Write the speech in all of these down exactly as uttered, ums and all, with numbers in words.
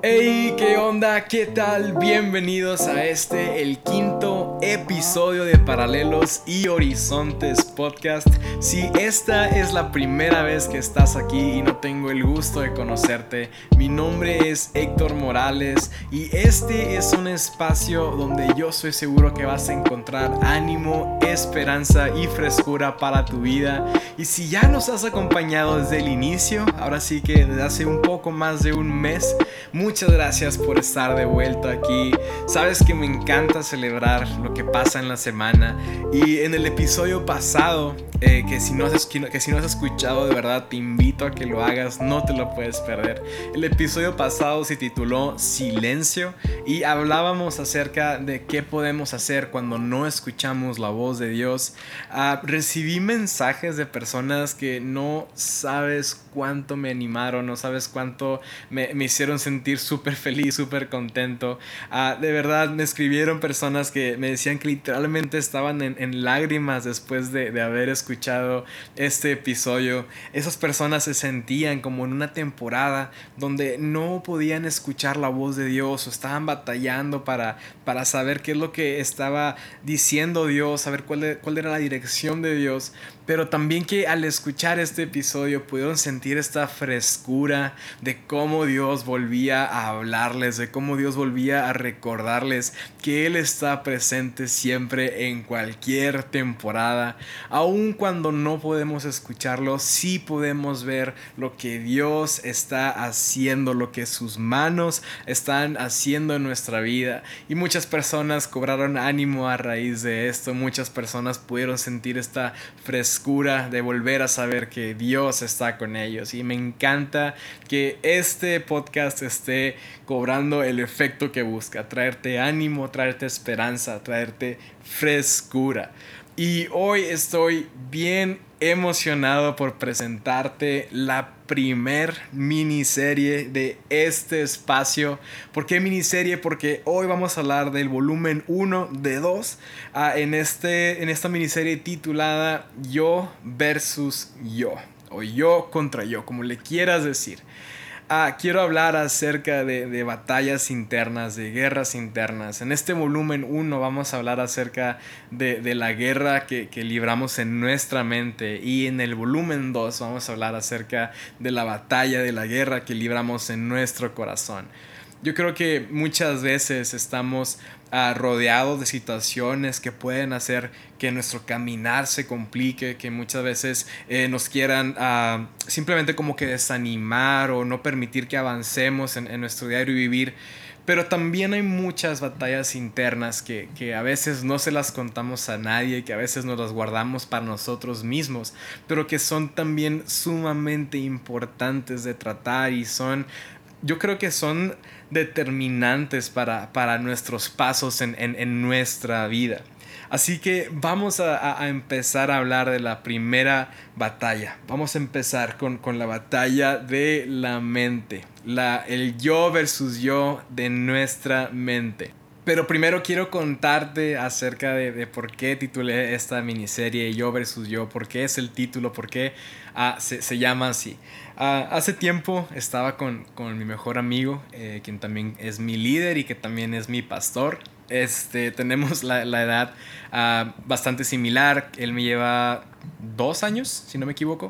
Hey, ¿qué onda? ¿Qué tal? Bienvenidos a este, el quinto episodio de Paralelos y Horizontes Podcast. Si esta es la primera vez que estás aquí y no tengo el gusto de conocerte, mi nombre es Héctor Morales y este es un espacio donde yo soy seguro que vas a encontrar ánimo, esperanza y frescura para tu vida. Y si ya nos has acompañado desde el inicio, ahora sí que desde hace un poco más de un mes, muchas gracias por estar de vuelta aquí. Sabes que me encanta celebrar lo que pasa en la semana. Y en el episodio pasado, eh, que, si no has, que si no has escuchado, de verdad te invito a que lo hagas, no te lo puedes perder. El episodio pasado se tituló Silencio y hablábamos acerca de qué podemos hacer cuando no escuchamos la voz de Dios. Uh, recibí mensajes de personas que no sabes cuánto me animaron, no sabes cuánto me, me hicieron sentir súper feliz, súper contento. Uh, de verdad me escribieron personas que me decían que literalmente estaban en, en lágrimas después de, de haber escuchado este episodio. Esas personas se sentían como en una temporada donde no podían escuchar la voz de Dios o estaban batallando para, para saber qué es lo que estaba diciendo Dios, saber cuál, de, cuál era la dirección de Dios. Pero también que al escuchar este episodio pudieron sentir esta frescura de cómo Dios volvía a hablarles, de cómo Dios volvía a recordarles que Él está presente siempre en cualquier temporada. Aun cuando no podemos escucharlo, sí podemos ver lo que Dios está haciendo, lo que sus manos están haciendo en nuestra vida. Y muchas personas cobraron ánimo a raíz de esto, muchas personas pudieron sentir esta frescura de volver a saber que Dios está con ellos. Y me encanta que este podcast esté cobrando el efecto que busca: traerte ánimo, traerte esperanza, traerte frescura. Y hoy estoy bien emocionado por presentarte la primer miniserie de este espacio. ¿Por qué miniserie? Porque hoy vamos a hablar del volumen uno de dos uh, en, este, en esta miniserie titulada Yo versus Yo, o Yo contra Yo, como le quieras decir. Ah, quiero hablar acerca de, de batallas internas, de guerras internas. En este volumen uno vamos a hablar acerca de, de la guerra que, que libramos en nuestra mente. Y en el volumen dos vamos a hablar acerca de la batalla, de la guerra que libramos en nuestro corazón. Yo creo que muchas veces estamos uh, rodeados de situaciones que pueden hacer que nuestro caminar se complique, que muchas veces eh, nos quieran uh, simplemente como que desanimar o no permitir que avancemos en, en nuestro diario vivir. Pero también hay muchas batallas internas que, que a veces no se las contamos a nadie, que a veces nos las guardamos para nosotros mismos, pero que son también sumamente importantes de tratar y son... Yo creo que son determinantes para, para nuestros pasos en, en, en nuestra vida. Así que vamos a, a empezar a hablar de la primera batalla. Vamos a empezar con, con la batalla de la mente. La, el yo versus yo de nuestra mente. Pero primero quiero contarte acerca de, de por qué titulé esta miniserie Yo versus Yo, por qué es el título, por qué uh, se, se llama así. Uh, hace tiempo estaba con, con mi mejor amigo, eh, quien también es mi líder y que también es mi pastor. Este, tenemos la, la edad uh, bastante similar. Él me lleva dos años, si no me equivoco.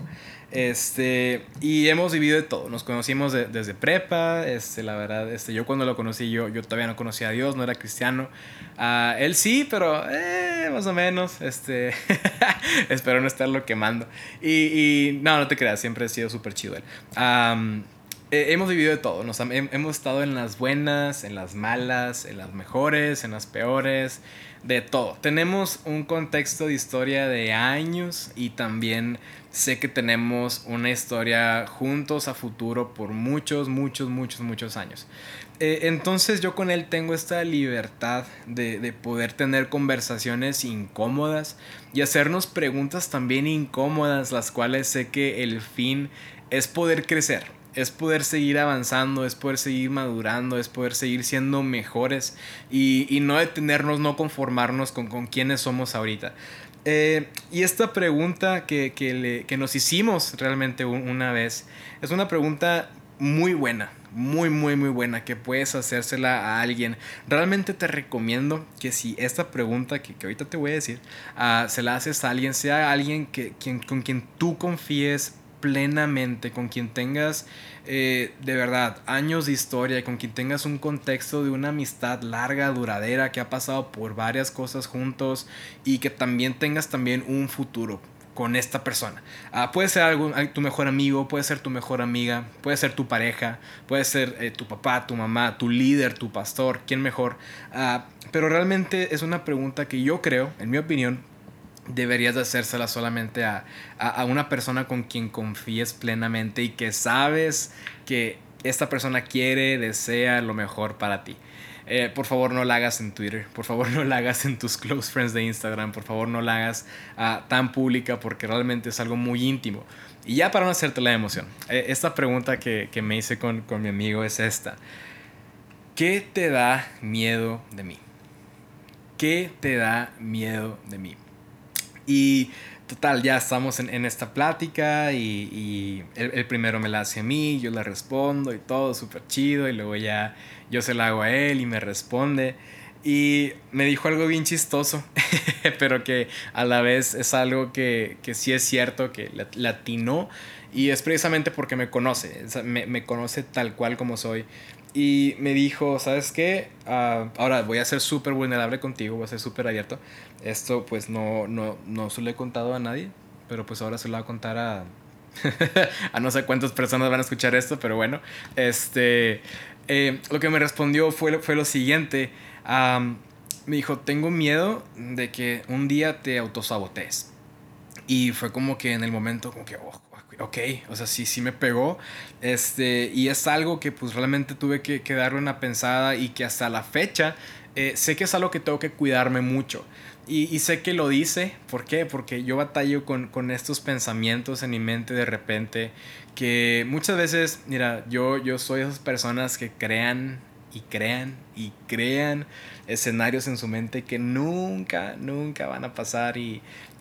Este, y hemos vivido de todo. Nos conocimos de, desde prepa. Este, la verdad, este, yo cuando lo conocí, yo, yo todavía no conocía a Dios, no era cristiano. Uh, él sí, pero eh, más o menos. Este, espero no estarlo quemando. Y, y no, no te creas, siempre he sido súper chido él. Um, eh, hemos vivido de todo. Nos, he, hemos estado en las buenas, en las malas, en las mejores, en las peores. De todo. Tenemos un contexto de historia de años y también sé que tenemos una historia juntos a futuro por muchos, muchos, muchos, muchos años. Eh, entonces yo con él tengo esta libertad de, de poder tener conversaciones incómodas y hacernos preguntas también incómodas, las cuales sé que el fin es poder crecer. Es poder seguir avanzando, es poder seguir madurando, es poder seguir siendo mejores y, y no detenernos, no conformarnos con, con quienes somos ahorita. Eh, y esta pregunta que, que, le, que nos hicimos realmente una vez es una pregunta muy buena, muy muy muy buena que puedes hacérsela a alguien. Realmente te recomiendo que si esta pregunta que, que ahorita te voy a decir uh, se la haces a alguien, sea alguien que, quien, con quien tú confíes plenamente, con quien tengas eh, de verdad años de historia, con quien tengas un contexto de una amistad larga, duradera, que ha pasado por varias cosas juntos y que también tengas también un futuro con esta persona. Uh, puede ser algún, tu mejor amigo, puede ser tu mejor amiga, puede ser tu pareja, puede ser eh, tu papá, tu mamá, tu líder, tu pastor, quién mejor. Uh, pero realmente es una pregunta que yo creo, en mi opinión, deberías de hacérsela solamente a, a, a una persona con quien confíes plenamente y que sabes que esta persona quiere, desea lo mejor para ti. Eh, por favor no la hagas en Twitter, por favor no la hagas en tus close friends de Instagram, por favor no la hagas uh, tan pública, porque realmente es algo muy íntimo. Y ya para no hacerte la emoción, eh, esta pregunta que, que me hice con, con mi amigo es esta: ¿qué te da miedo de mí? ¿Qué te da miedo de mí? Y total, ya estamos en, en esta plática y, y el, el primero me la hace a mí, yo la respondo y todo súper chido, y luego ya yo se la hago a él y me responde. Y me dijo algo bien chistoso, pero que a la vez es algo que, que sí es cierto, que le atinó, y es precisamente porque me conoce, o sea, me, me conoce tal cual como soy. Y me dijo, ¿sabes qué? Uh, ahora voy a ser súper vulnerable contigo, voy a ser súper abierto. Esto pues no, no, no se lo he contado a nadie, pero pues ahora se lo voy a contar a... a no sé cuántas personas van a escuchar esto, pero bueno. Este, eh, lo que me respondió fue, fue lo siguiente. Um, me dijo, tengo miedo de que un día te autosabotees. Y fue como que en el momento como que... Oh, ok, o sea, sí, sí me pegó. Este, y es algo que pues realmente tuve que, que darle una pensada, y que hasta la fecha eh, sé que es algo que tengo que cuidarme mucho. Y, y sé que lo dice, ¿por qué? Porque yo batallo con, con estos pensamientos en mi mente de repente, que muchas veces, mira, yo, yo soy esas personas que crean y crean y crean escenarios en su mente que nunca, nunca van a pasar. Y,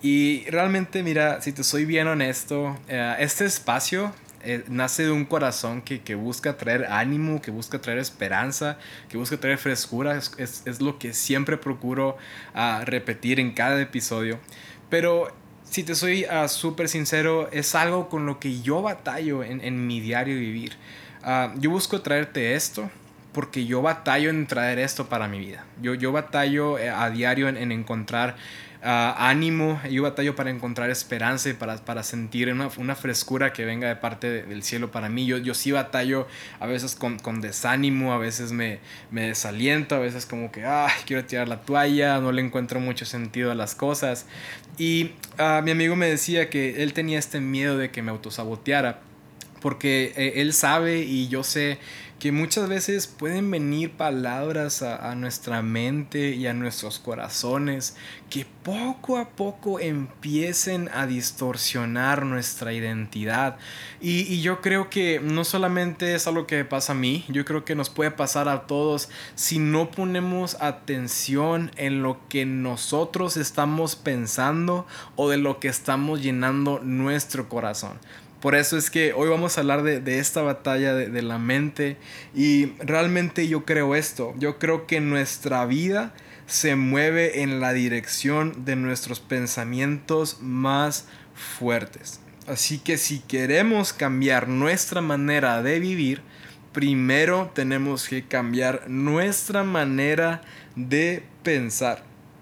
y realmente, mira, si te soy bien honesto, eh, este espacio eh, nace de un corazón que, que busca traer ánimo, que busca traer esperanza, que busca traer frescura. Es, es, es lo que siempre procuro uh, repetir en cada episodio. Pero si te soy uh, súper sincero, es algo con lo que yo batallo en, en mi diario vivir. Uh, yo busco traerte esto porque yo batallo en traer esto para mi vida. Yo, yo batallo a diario en, en encontrar uh, ánimo. Yo batallo para encontrar esperanza y para, para sentir una, una frescura que venga de parte de, del cielo para mí. Yo, yo sí batallo a veces con, con desánimo, a veces me, me desaliento, a veces como que ay, quiero tirar la toalla, no le encuentro mucho sentido a las cosas. Y uh, mi amigo me decía que él tenía este miedo de que me autosaboteara, porque eh, él sabe y yo sé que muchas veces pueden venir palabras a, a nuestra mente y a nuestros corazones que poco a poco empiecen a distorsionar nuestra identidad. Y, y yo creo que no solamente es algo que pasa a mí, yo creo que nos puede pasar a todos si no ponemos atención en lo que nosotros estamos pensando o de lo que estamos llenando nuestro corazón. Por eso es que hoy vamos a hablar de, de esta batalla de, de la mente. Y realmente yo creo esto. Yo creo que nuestra vida se mueve en la dirección de nuestros pensamientos más fuertes. Así que si queremos cambiar nuestra manera de vivir, primero tenemos que cambiar nuestra manera de pensar.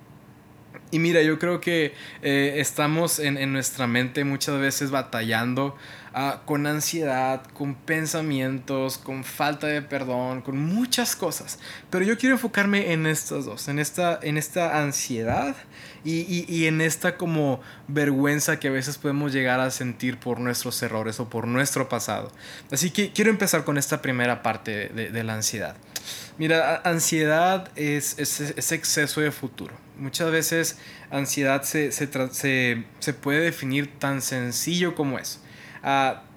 Y mira, yo creo que eh, estamos en, en nuestra mente muchas veces batallando uh, con ansiedad, con pensamientos, con falta de perdón, con muchas cosas. Pero yo quiero enfocarme en estas dos, en esta, en esta ansiedad y, y, y en esta como vergüenza que a veces podemos llegar a sentir por nuestros errores o por nuestro pasado. Así que quiero empezar con esta primera parte de, de la ansiedad. Mira, ansiedad es, es, es exceso de futuro. Muchas veces ansiedad se, se, se, se puede definir tan sencillo como eso. Uh,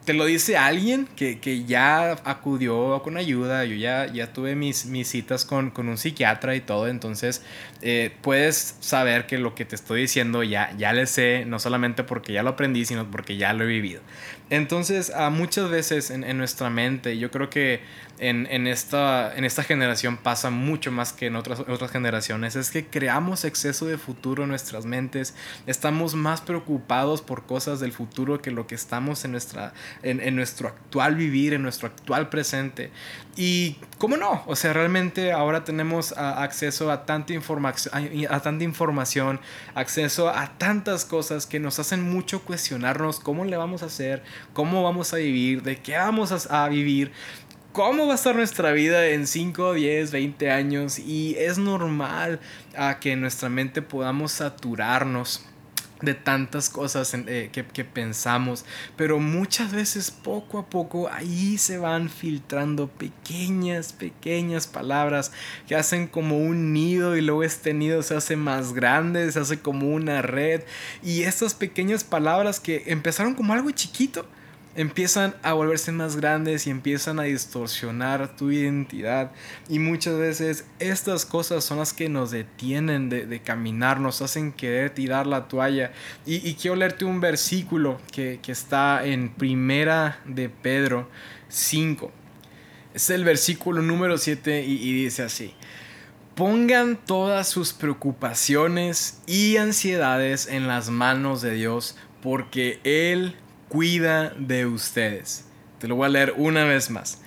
te lo dice alguien que, que ya acudió con ayuda. Yo ya, ya tuve mis, mis citas con, con un psiquiatra y todo. Entonces eh, puedes saber que lo que te estoy diciendo ya, ya le sé, no solamente porque ya lo aprendí, sino porque ya lo he vivido. Entonces uh, muchas veces en, en nuestra mente, yo creo que en, en, esta, en esta generación pasa mucho más que en otras, otras generaciones, es que creamos exceso de futuro en nuestras mentes. Estamos más preocupados por cosas del futuro que lo que estamos en, nuestra, en, en nuestro actual vivir, en nuestro actual presente. Y cómo no, o sea, realmente ahora tenemos uh, acceso a tanta, informa- a, a tanta información, acceso a tantas cosas que nos hacen mucho cuestionarnos cómo le vamos a hacer, cómo vamos a vivir, de qué vamos a, a vivir, cómo va a estar nuestra vida en cinco, diez, veinte años. Y es normal uh, que en nuestra mente podamos saturarnos de tantas cosas eh, que, que pensamos, pero muchas veces poco a poco ahí se van filtrando pequeñas, pequeñas palabras que hacen como un nido, y luego este nido se hace más grande, se hace como una red, y estas pequeñas palabras que empezaron como algo chiquito empiezan a volverse más grandes y empiezan a distorsionar tu identidad. Y muchas veces estas cosas son las que nos detienen de, de caminar, nos hacen querer tirar la toalla. Y, y quiero leerte un versículo que, que está en Primera de Pedro cinco. Es el versículo número siete y, y dice así: pongan todas sus preocupaciones y ansiedades en las manos de Dios, porque Él cuida de ustedes. Te lo voy a leer una vez más.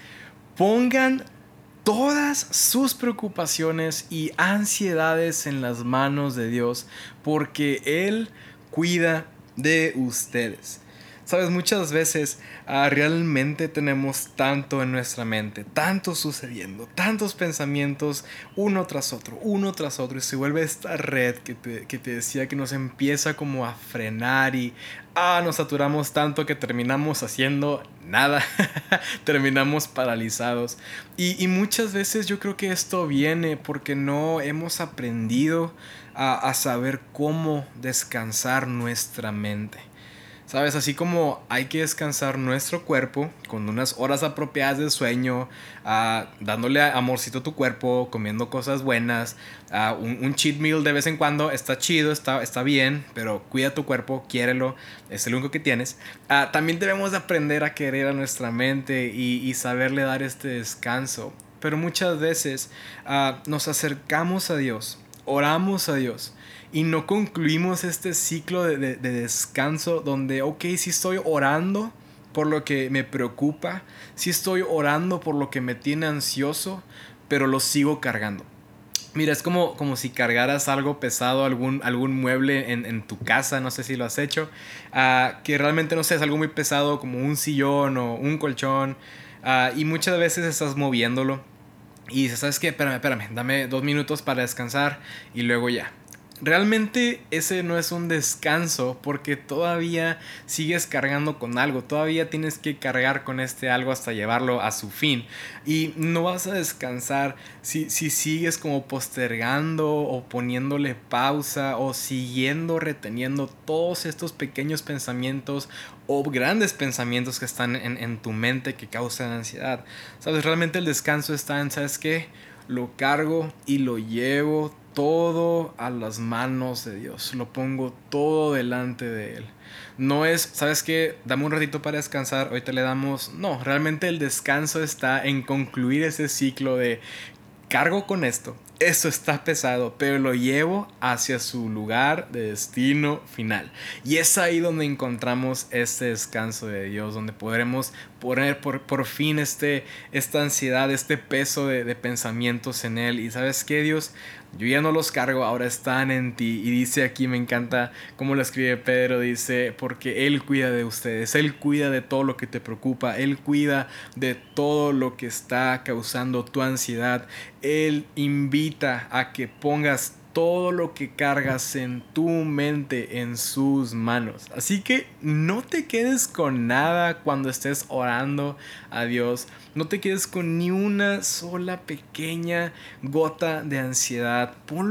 Pongan todas sus preocupaciones y ansiedades en las manos de Dios, porque Él cuida de ustedes. Sabes, muchas veces uh, realmente tenemos tanto en nuestra mente, tanto sucediendo, tantos pensamientos uno tras otro, uno tras otro, y se vuelve esta red que te, que te decía, que nos empieza como a frenar y ah, nos saturamos tanto que terminamos haciendo nada. Terminamos paralizados. Y, y muchas veces yo creo que esto viene porque no hemos aprendido a, a saber cómo descansar nuestra mente. ¿Sabes? Así como hay que descansar nuestro cuerpo con unas horas apropiadas de sueño, uh, dándole amorcito a tu cuerpo, comiendo cosas buenas, uh, un, un cheat meal de vez en cuando está chido, está, está bien, pero cuida tu cuerpo, quiérelo, es el único que tienes. Uh, también debemos de aprender a querer a nuestra mente y, y saberle dar este descanso. Pero muchas veces uh, nos acercamos a Dios, oramos a Dios, y no concluimos este ciclo de, de, de descanso donde, ok, sí estoy orando por lo que me preocupa, sí estoy orando por lo que me tiene ansioso, pero lo sigo cargando. Mira, es como, como si cargaras algo pesado, algún, algún mueble en, en tu casa, no sé si lo has hecho, uh, que realmente, no sé, es algo muy pesado como un sillón o un colchón, uh, y muchas veces estás moviéndolo y dices, ¿sabes qué? Espérame, espérame, dame dos minutos para descansar y luego ya. Realmente ese no es un descanso, porque todavía sigues cargando con algo, todavía tienes que cargar con este algo hasta llevarlo a su fin, y no vas a descansar si, si sigues como postergando o poniéndole pausa o siguiendo reteniendo todos estos pequeños pensamientos o grandes pensamientos que están en, en tu mente que causan ansiedad. Sabes, realmente el descanso está en, ¿sabes qué? Lo cargo y lo llevo todo a las manos de Dios. Lo pongo todo delante de Él. No es, ¿sabes qué? Dame un ratito para descansar, ahorita le damos. No, realmente el descanso está en concluir ese ciclo de cargo con esto. Esto está pesado, pero lo llevo hacia su lugar de destino final. Y es ahí donde encontramos este descanso de Dios, donde podremos poner por, por fin este, esta ansiedad, este peso de, de pensamientos en Él. Y ¿sabes qué, Dios? Yo ya no los cargo, ahora están en ti. Y dice aquí, me encanta cómo lo escribe Pedro, dice, porque Él cuida de ustedes, Él cuida de todo lo que te preocupa, Él cuida de todo lo que está causando tu ansiedad. Él invita a que pongas todo lo que cargas en tu mente en sus manos. Así que no te quedes con nada cuando estés orando a Dios. No te quedes con ni una sola pequeña gota de ansiedad. Ponlo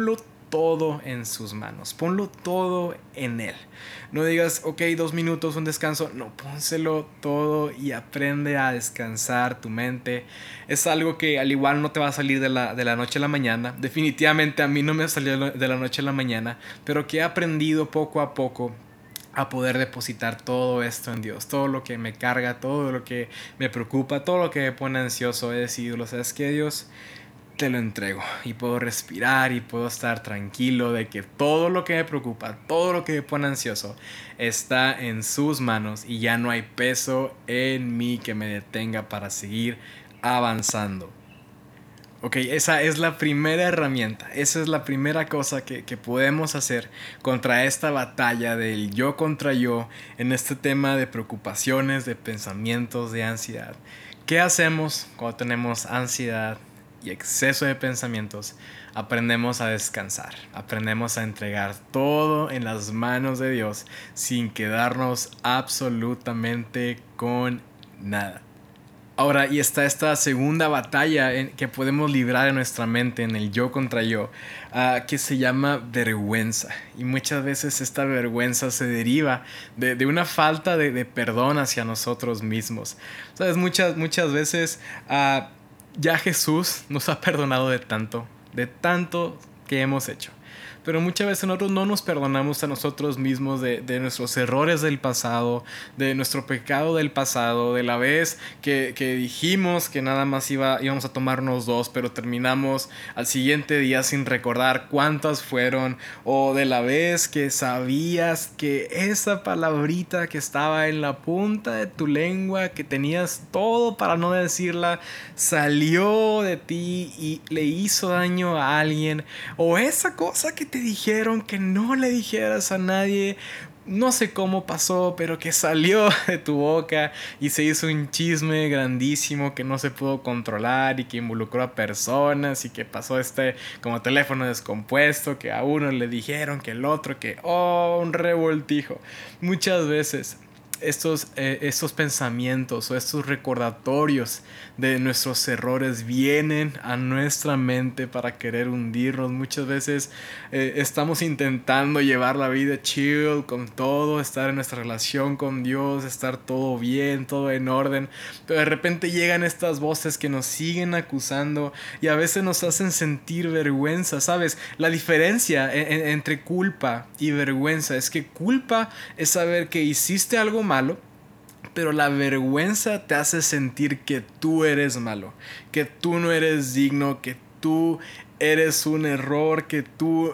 todo en sus manos. Ponlo todo en Él. No digas, ok, dos minutos, un descanso. No, pónselo todo y aprende a descansar tu mente. Es algo que al igual no te va a salir de la, de la noche a la mañana. Definitivamente a mí no me salió de la noche a la mañana, pero que he aprendido poco a poco a poder depositar todo esto en Dios, todo lo que me carga, todo lo que me preocupa, todo lo que me pone ansioso. He decidido, ¿sabes qué, Dios? Te lo entrego y puedo respirar y puedo estar tranquilo de que todo lo que me preocupa, todo lo que me pone ansioso está en sus manos y ya no hay peso en mí que me detenga para seguir avanzando. Ok, esa es la primera herramienta, esa es la primera cosa que, que podemos hacer contra esta batalla del yo contra yo en este tema de preocupaciones, de pensamientos, de ansiedad. ¿Qué hacemos cuando tenemos ansiedad y exceso de pensamientos? Aprendemos a descansar, aprendemos a entregar todo en las manos de Dios sin quedarnos absolutamente con nada. Ahora, y está esta segunda batalla en, que podemos librar en nuestra mente, en el yo contra yo, uh, que se llama vergüenza. Y muchas veces esta vergüenza se deriva de, de una falta de, de perdón hacia nosotros mismos. Sabes, muchas, muchas veces uh, ya Jesús nos ha perdonado de tanto, de tanto que hemos hecho. Pero muchas veces nosotros no nos perdonamos a nosotros mismos de, de nuestros errores del pasado, de nuestro pecado del pasado, de la vez que, que dijimos que nada más iba, íbamos a tomarnos dos, pero terminamos al siguiente día sin recordar cuántas fueron, o de la vez que sabías que esa palabrita que estaba en la punta de tu lengua, que tenías todo para no decirla, salió de ti y le hizo daño a alguien, o esa cosa que te dijeron que no le dijeras a nadie, no sé cómo pasó, pero que salió de tu boca y se hizo un chisme grandísimo que no se pudo controlar y que involucró a personas y que pasó este como teléfono descompuesto, que a uno le dijeron que el otro, que oh, un revoltijo. Muchas veces estos, eh, estos pensamientos o estos recordatorios de nuestros errores vienen a nuestra mente para querer hundirnos. Muchas veces eh, estamos intentando llevar la vida chill con todo, estar en nuestra relación con Dios, estar todo bien, todo en orden, pero de repente llegan estas voces que nos siguen acusando y a veces nos hacen sentir vergüenza. ¿Sabes? La diferencia en, en, entre culpa y vergüenza es que culpa es saber que hiciste algo malo, pero la vergüenza te hace sentir que tú eres malo, que tú no eres digno, que tú eres un error, que tú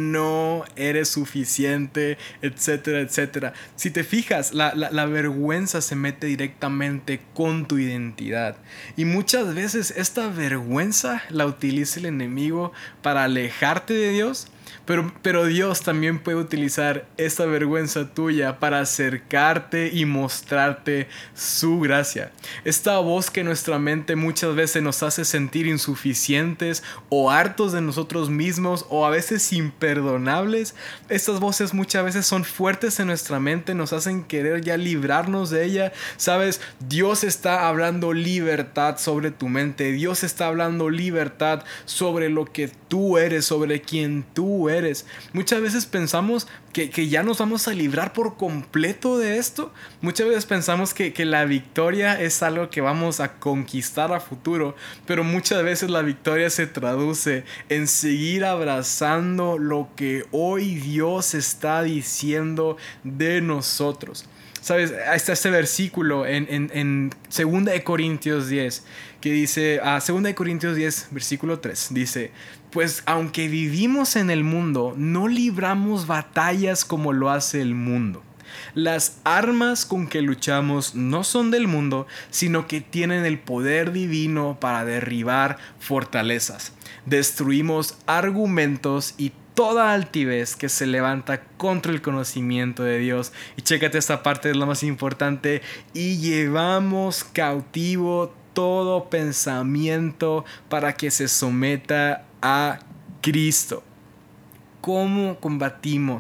no eres suficiente, etcétera, etcétera. Si te fijas, la, la, la vergüenza se mete directamente con tu identidad. Y muchas veces esta vergüenza la utiliza el enemigo para alejarte de Dios. Pero, pero Dios también puede utilizar esa vergüenza tuya para acercarte y mostrarte su gracia. Esta voz que nuestra mente muchas veces nos hace sentir insuficientes o hartos de nosotros mismos o a veces imperdonables. Estas voces muchas veces son fuertes en nuestra mente, nos hacen querer ya librarnos de ella. ¿Sabes? Dios está hablando libertad sobre tu mente. Dios está hablando libertad sobre lo que tú eres, sobre quien tú eres. Muchas veces pensamos que, que ya nos vamos a librar por completo de esto. Muchas veces pensamos que, que la victoria es algo que vamos a conquistar a futuro, pero muchas veces la victoria se traduce en seguir abrazando lo que hoy Dios está diciendo de nosotros. ¿Sabes? Está este versículo en, en, en segunda de Corintios diez que dice, ah, segunda de Corintios diez, versículo tres, dice: pues aunque vivimos en el mundo, no libramos batallas como lo hace el mundo. Las armas con que luchamos no son del mundo, sino que tienen el poder divino para derribar fortalezas. Destruimos argumentos y toda altivez que se levanta contra el conocimiento de Dios. Y chécate esta parte, es la más importante. Y llevamos cautivo todo pensamiento para que se someta a Cristo. ¿Cómo combatimos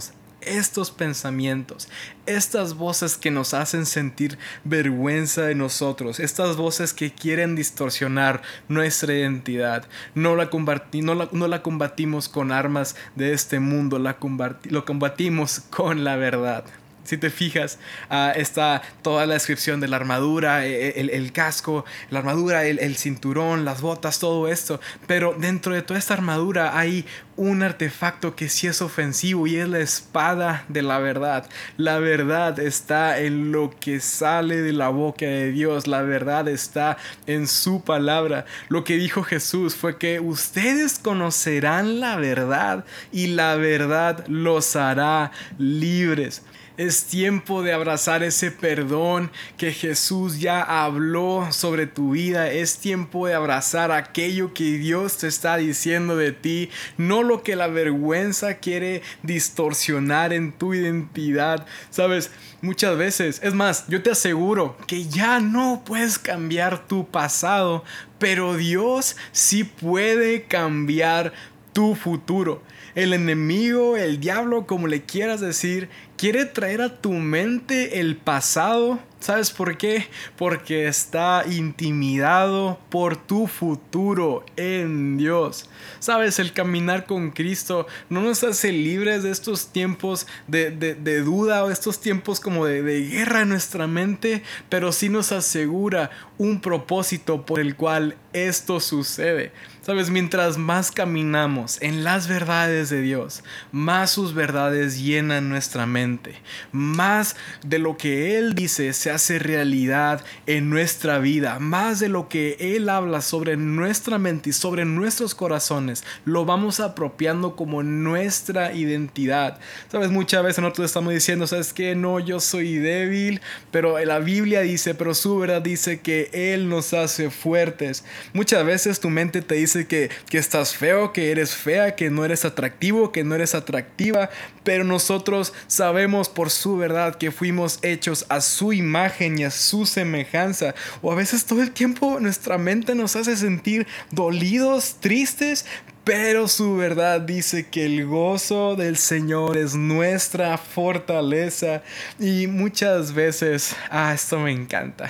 estos pensamientos, estas voces que nos hacen sentir vergüenza de nosotros, estas voces que quieren distorsionar nuestra identidad, no la, combati- no la, no la combatimos con armas de este mundo, la combati- lo combatimos con la verdad. Si te fijas, uh, está toda la descripción de la armadura, el, el, el casco, la armadura, el, el cinturón, las botas, todo esto. Pero dentro de toda esta armadura hay un artefacto que sí es ofensivo y es la espada de la verdad. La verdad está en lo que sale de la boca de Dios. La verdad está en su palabra. Lo que dijo Jesús fue que ustedes conocerán la verdad y la verdad los hará libres. Es tiempo de abrazar ese perdón que Jesús ya habló sobre tu vida. Es tiempo de abrazar aquello que Dios te está diciendo de ti, no lo que la vergüenza quiere distorsionar en tu identidad. Sabes, muchas veces, es más, yo te aseguro que ya no puedes cambiar tu pasado, pero Dios sí puede cambiar tu futuro. El enemigo, el diablo, como le quieras decir, quiere traer a tu mente el pasado. ¿Sabes por qué? Porque está intimidado por tu futuro en Dios. ¿Sabes? El caminar con Cristo no nos hace libres de estos tiempos de, de, de duda o estos tiempos como de, de guerra en nuestra mente, pero sí nos asegura un propósito por el cual esto sucede. ¿Sabes? Mientras más caminamos en las verdades de Dios, más sus verdades llenan nuestra mente. Más de lo que Él dice se hace realidad en nuestra vida. Más de lo que Él habla sobre nuestra mente y sobre nuestros corazones, lo vamos apropiando como nuestra identidad. ¿Sabes? Muchas veces nosotros estamos diciendo, ¿sabes qué? No, yo soy débil, pero la Biblia dice, pero su verdad dice que Él nos hace fuertes. Muchas veces tu mente te dice Que, que estás feo, que eres fea, que no eres atractivo, que no eres atractiva, pero nosotros sabemos por su verdad que fuimos hechos a su imagen y a su semejanza. O a veces todo el tiempo nuestra mente nos hace sentir dolidos, tristes, pero su verdad dice que el gozo del Señor es nuestra fortaleza. Y muchas veces, ah, esto me encanta.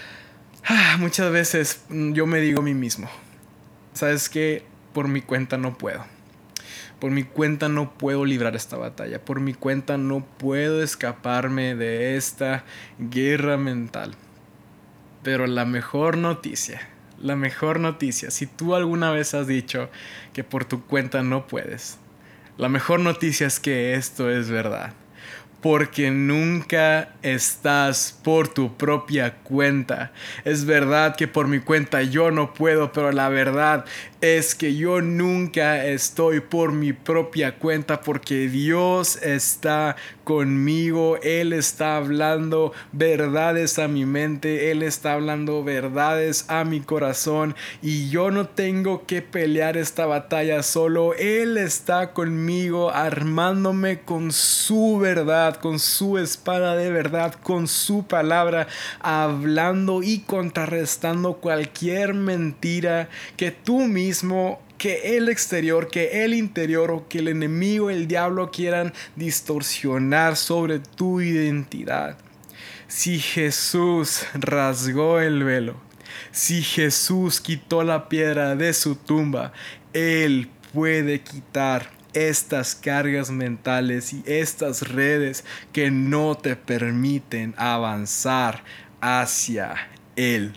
Ah, muchas veces yo me digo a mí mismo, ¿sabes qué? Por mi cuenta no puedo. Por mi cuenta no puedo librar esta batalla. Por mi cuenta no puedo escaparme de esta guerra mental. Pero la mejor noticia, la mejor noticia, si tú alguna vez has dicho que por tu cuenta no puedes, la mejor noticia es que esto es verdad. Porque nunca estás por tu propia cuenta. Es verdad que por mi cuenta yo no puedo, pero la verdad es que yo nunca estoy por mi propia cuenta porque Dios está conmigo. Él está hablando verdades a mi mente. Él está hablando verdades a mi corazón. Y yo no tengo que pelear esta batalla solo. Él está conmigo armándome con su verdad, con su espada de verdad, con su palabra, hablando y contrarrestando cualquier mentira que tú mismo, que el exterior, que el interior o que el enemigo, el diablo quieran distorsionar sobre tu identidad. Si Jesús rasgó el velo, si Jesús quitó la piedra de su tumba, Él puede quitar estas cargas mentales y estas redes que no te permiten avanzar hacia Él.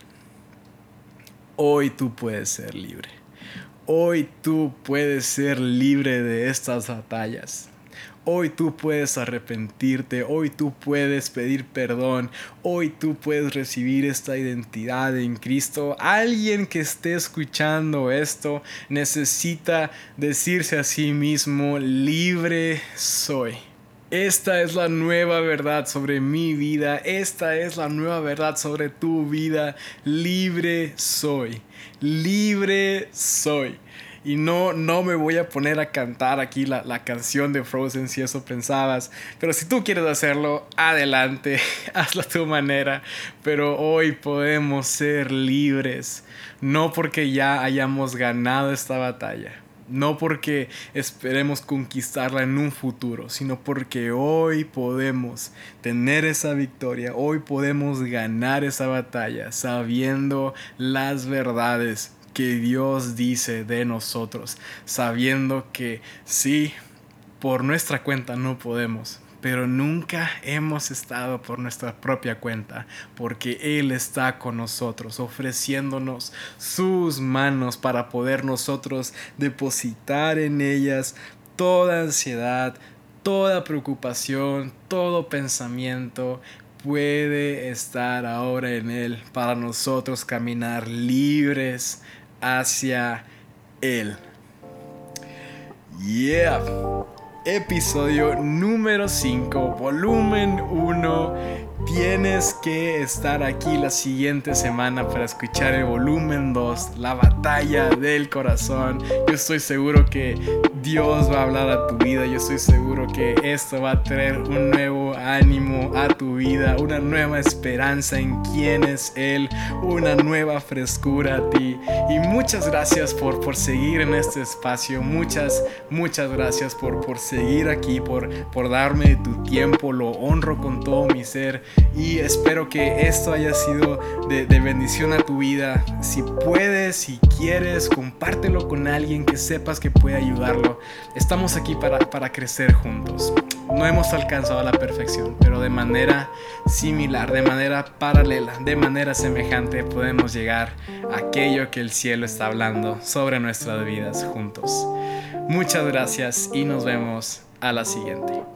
Hoy tú puedes ser libre. Hoy tú puedes ser libre de estas batallas. Hoy tú puedes arrepentirte, hoy tú puedes pedir perdón, hoy tú puedes recibir esta identidad en Cristo. Alguien que esté escuchando esto necesita decirse a sí mismo, libre soy. Esta es la nueva verdad sobre mi vida, esta es la nueva verdad sobre tu vida. Libre soy, libre soy. Y no, no me voy a poner a cantar aquí la, la canción de Frozen si eso pensabas. Pero si tú quieres hacerlo, adelante, hazlo a tu manera. Pero hoy podemos ser libres. No porque ya hayamos ganado esta batalla, No porque esperemos conquistarla en un futuro, sino porque hoy podemos tener esa victoria, hoy podemos ganar esa batalla sabiendo las verdades que Dios dice de nosotros, sabiendo que sí, por nuestra cuenta no podemos, pero nunca hemos estado por nuestra propia cuenta, porque Él está con nosotros, ofreciéndonos sus manos para poder nosotros depositar en ellas toda ansiedad, toda preocupación, todo pensamiento. Puede estar ahora en Él para nosotros caminar libres hacia Él. Yeah. Episodio número cinco, volumen uno. Tienes que estar aquí la siguiente semana para escuchar el volumen dos, la batalla del corazón. Yo estoy seguro que Dios va a hablar a tu vida. Yo estoy seguro que esto va a traer un nuevo ánimo a tu vida, una nueva esperanza en quién es Él, una nueva frescura a ti. Y muchas gracias por, por seguir en este espacio. Muchas, muchas gracias por, por seguir aquí, por, por darme tu tiempo. Lo honro con todo mi ser. Y espero que esto haya sido de, de bendición a tu vida. Si puedes, si quieres, compártelo con alguien que sepas que puede ayudarlo. Estamos aquí para, para crecer juntos. No hemos alcanzado la perfección, pero de manera similar, de manera paralela, de manera semejante podemos llegar a aquello que el cielo está hablando sobre nuestras vidas juntos. Muchas gracias y nos vemos a la siguiente.